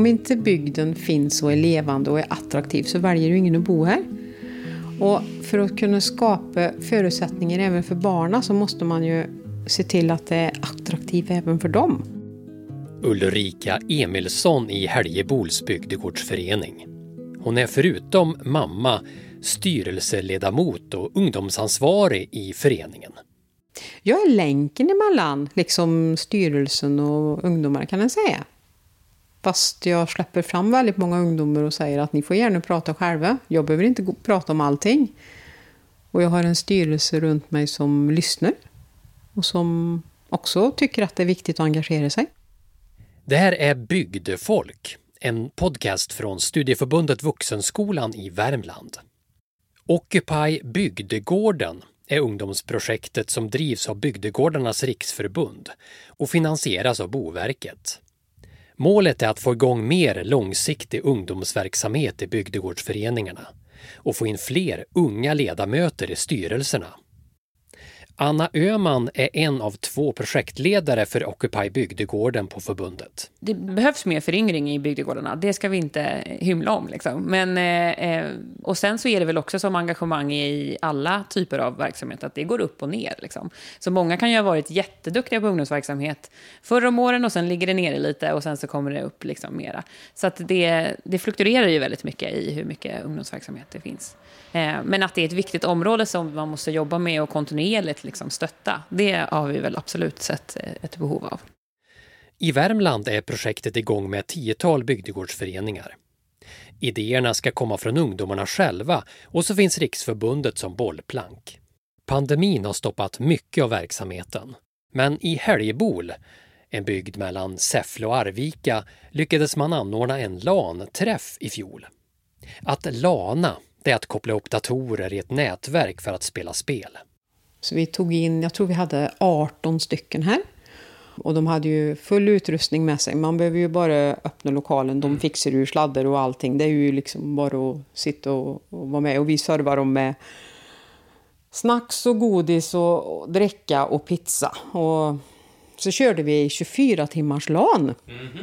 Om inte bygden finns och är levande och är attraktiv så väljer ju ingen att bo här. Och för att kunna skapa förutsättningar även för barnen så måste man ju se till att det är attraktivt även för dem. Ulrika Emilsson i Häljebols bygdegårdsförening. Hon är förutom mamma styrelseledamot och ungdomsansvarig i föreningen. Jag är länken emellan liksom styrelsen och ungdomar kan jag säga. Fast jag släpper fram väldigt många ungdomar och säger att ni får gärna prata själva. Jag behöver inte prata om allting. Och jag har en styrelse runt mig som lyssnar. Och som också tycker att det är viktigt att engagera sig. Det här är Bygdefolk, en podcast från Studieförbundet Vuxenskolan i Värmland. Occupy Bygdegården är ungdomsprojektet som drivs av Bygdegårdarnas riksförbund och finansieras av Boverket. Målet är att få igång mer långsiktig ungdomsverksamhet i bygdegårdsföreningarna och få in fler unga ledamöter i styrelserna. Anna Öhman är en av 2 projektledare för Occupy Bygdegården på förbundet. Det behövs mer föryngring i bygdegårdarna, det ska vi inte hymla om. Liksom. Men, och sen så är det väl också som engagemang i alla typer av verksamhet att det går upp och ner. Liksom. Så många kan ju ha varit jätteduktiga på ungdomsverksamhet förra om åren och sen ligger det nere lite och sen så kommer det upp liksom mera. Så att det fluktuerar ju väldigt mycket i hur mycket ungdomsverksamhet det finns. Men att det är ett viktigt område som man måste jobba med och kontinuerligt liksom stötta, det har vi väl absolut sett ett behov av. I Värmland är projektet igång med 10-tal bygdegårdsföreningar. Idéerna ska komma från ungdomarna själva och så finns Riksförbundet som bollplank. Pandemin har stoppat mycket av verksamheten. Men i Häljebol, en bygd mellan Säffle och Arvika, lyckades man anordna en LAN-träff i fjol. Att LANa, det är att koppla upp datorer i ett nätverk för att spela spel. Så vi tog in, jag tror vi hade 18 stycken här. Och de hade ju full utrustning med sig. Man behöver ju bara öppna lokalen. De fixar ju sladdar och allting. Det är ju liksom bara att sitta och vara med. Och vi servar dem med snacks och godis och dricka och pizza. Och så körde vi 24 timmars LAN.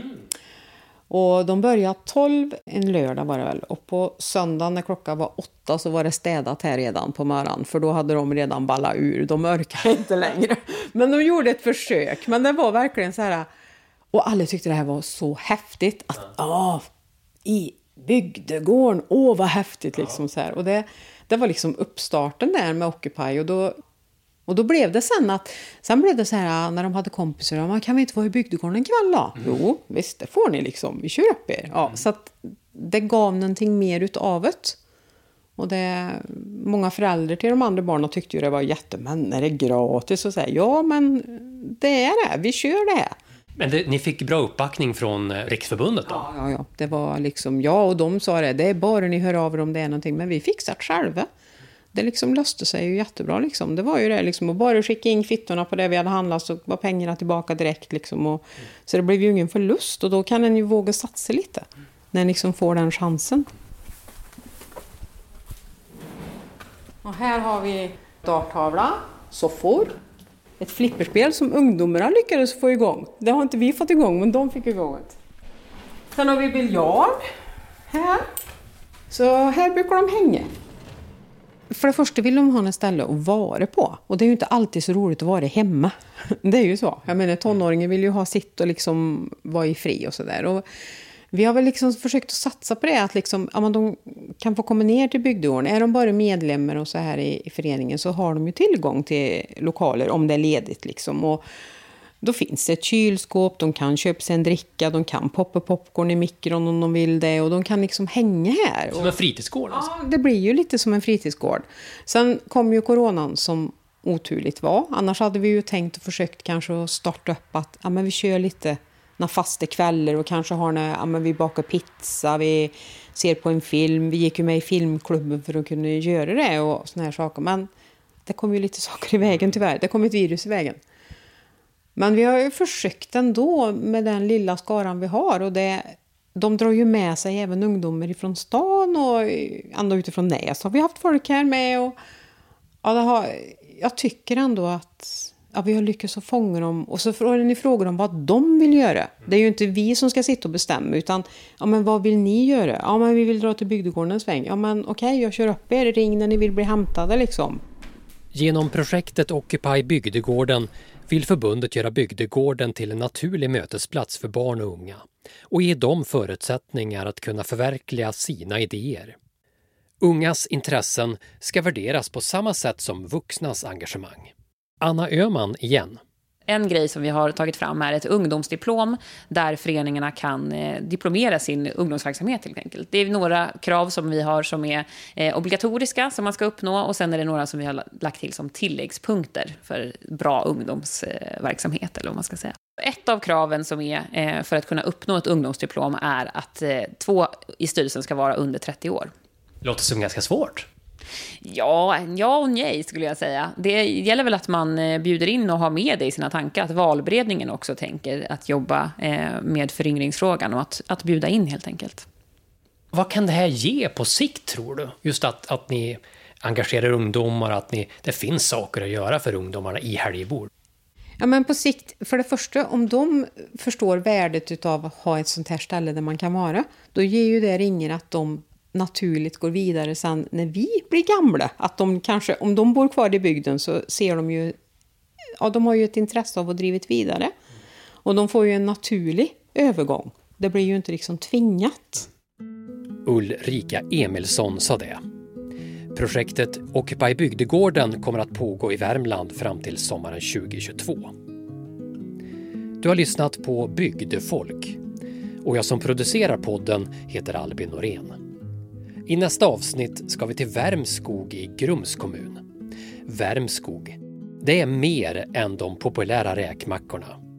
Och de började 12 en lördag var det väl. Och på söndagen när klockan var 8 så var det städat här redan på morgonen. För då hade de redan ballat ur. De orkade inte längre. Men de gjorde ett försök. Men det var verkligen så här. Och alla tyckte det här var så häftigt. Att i bygdegården. Vad häftigt liksom så här. Och det var liksom uppstarten där med Occupy. Och då blev det sen blev det så här när de hade kompisar, man kan vi inte vara i bygdegården en kväll då? Jo, visst det får ni liksom, vi kör upp er. Ja, så att det gav någonting mer utav det. Och många föräldrar till de andra barnen tyckte ju det var men är det gratis? Och så här, ja men det är det, vi kör det här. Men ni fick bra uppbackning från Riksförbundet då? Ja, det var liksom, och de sa det är bara ni hör av er om det är någonting, men vi fixar det själva. Det liksom löste sig ju jättebra liksom. Det var ju det liksom, att bara skicka in kvittorna på det vi hade handlat så var pengarna tillbaka direkt liksom. Så det blev ju ingen förlust och då kan en ju våga satsa lite när en liksom får den chansen. Och här har vi darttavla, soffor, ett flipperspel som ungdomarna lyckades få igång. Det har inte vi fått igång, men de fick igång det. Sen har vi biljard här. Så här brukar de hänga. För det första vill de ha en ställe att vara på. Och det är ju inte alltid så roligt att vara hemma. Det är ju så. Jag menar, tonåringen vill ju ha sitt och liksom vara i fri och sådär. Och vi har väl liksom försökt att satsa på det. Att liksom, de kan få komma ner till bygdegården. Är de bara medlemmar och så här i föreningen så har de ju tillgång till lokaler om det är ledigt liksom. Och då finns det ett kylskåp, de kan köpa sig en dricka, de kan poppa popcorn i mikron om de vill det och de kan liksom hänga här. Som en fritidsgård alltså? Ja, det blir ju lite som en fritidsgård. Sen kom ju coronan som oturligt var. Annars hade vi ju tänkt och försökt kanske att starta upp att men vi kör lite några fasta kvällar och kanske har men vi bakar pizza, vi ser på en film. Vi gick ju med i filmklubben för att kunna göra det och såna här saker. Men det kom ju lite saker i vägen tyvärr. Det kom ett virus i vägen. Men vi har ju försökt ändå med den lilla skaran vi har och de drar ju med sig även ungdomar ifrån stan och ända utifrån Näs har vi haft folk här med och jag tycker ändå att ja, vi har lyckats att fånga dem. Och så frågar dem vad de vill göra. Det är ju inte vi som ska sitta och bestämma, utan ja, men vad vill ni göra? Ja, men vi vill dra till bygdegårdens sväng. Ja, men okej, jag kör upp er, ring när ni vill bli hämtade liksom. Genom projektet Occupy Bygdegården vill förbundet göra bygdegården till en naturlig mötesplats för barn och unga och ge dem förutsättningar att kunna förverkliga sina idéer. Ungas intressen ska värderas på samma sätt som vuxnas engagemang. Anna Öhman igen. En grej som vi har tagit fram är ett ungdomsdiplom där föreningarna kan diplomera sin ungdomsverksamhet helt enkelt. Det är några krav som vi har som är obligatoriska som man ska uppnå, och sen är det några som vi har lagt till som tilläggspunkter för bra ungdomsverksamhet eller vad man ska säga. Ett av kraven som är för att kunna uppnå ett ungdomsdiplom är att 2 i styrelsen ska vara under 30 år. Det låter som ganska svårt. Ja och nej skulle jag säga. Det gäller väl att man bjuder in och har med det i sina tankar. Att valberedningen också tänker att jobba med föryngringsfrågan och att bjuda in helt enkelt. Vad kan det här ge på sikt tror du? Just att ni engagerar ungdomar, att det finns saker att göra för ungdomarna i Helgebor. Ja, men på sikt, för det första, om de förstår värdet av att ha ett sånt här ställe där man kan vara, då ger ju det ringer att de naturligt går vidare sen när vi blir gamla. Att de kanske, om de bor kvar i bygden så ser de ju, ja, de har ju ett intresse av att driva vidare. Och de får ju en naturlig övergång. Det blir ju inte liksom tvingat. Ulrika Emilsson sa det. Projektet Occupy Bygdegården kommer att pågå i Värmland fram till sommaren 2022. Du har lyssnat på Bygdefolk. Och jag som producerar podden heter Albin Norén. I nästa avsnitt ska vi till Värmskog i Grums kommun. Värmskog, det är mer än de populära räkmackorna.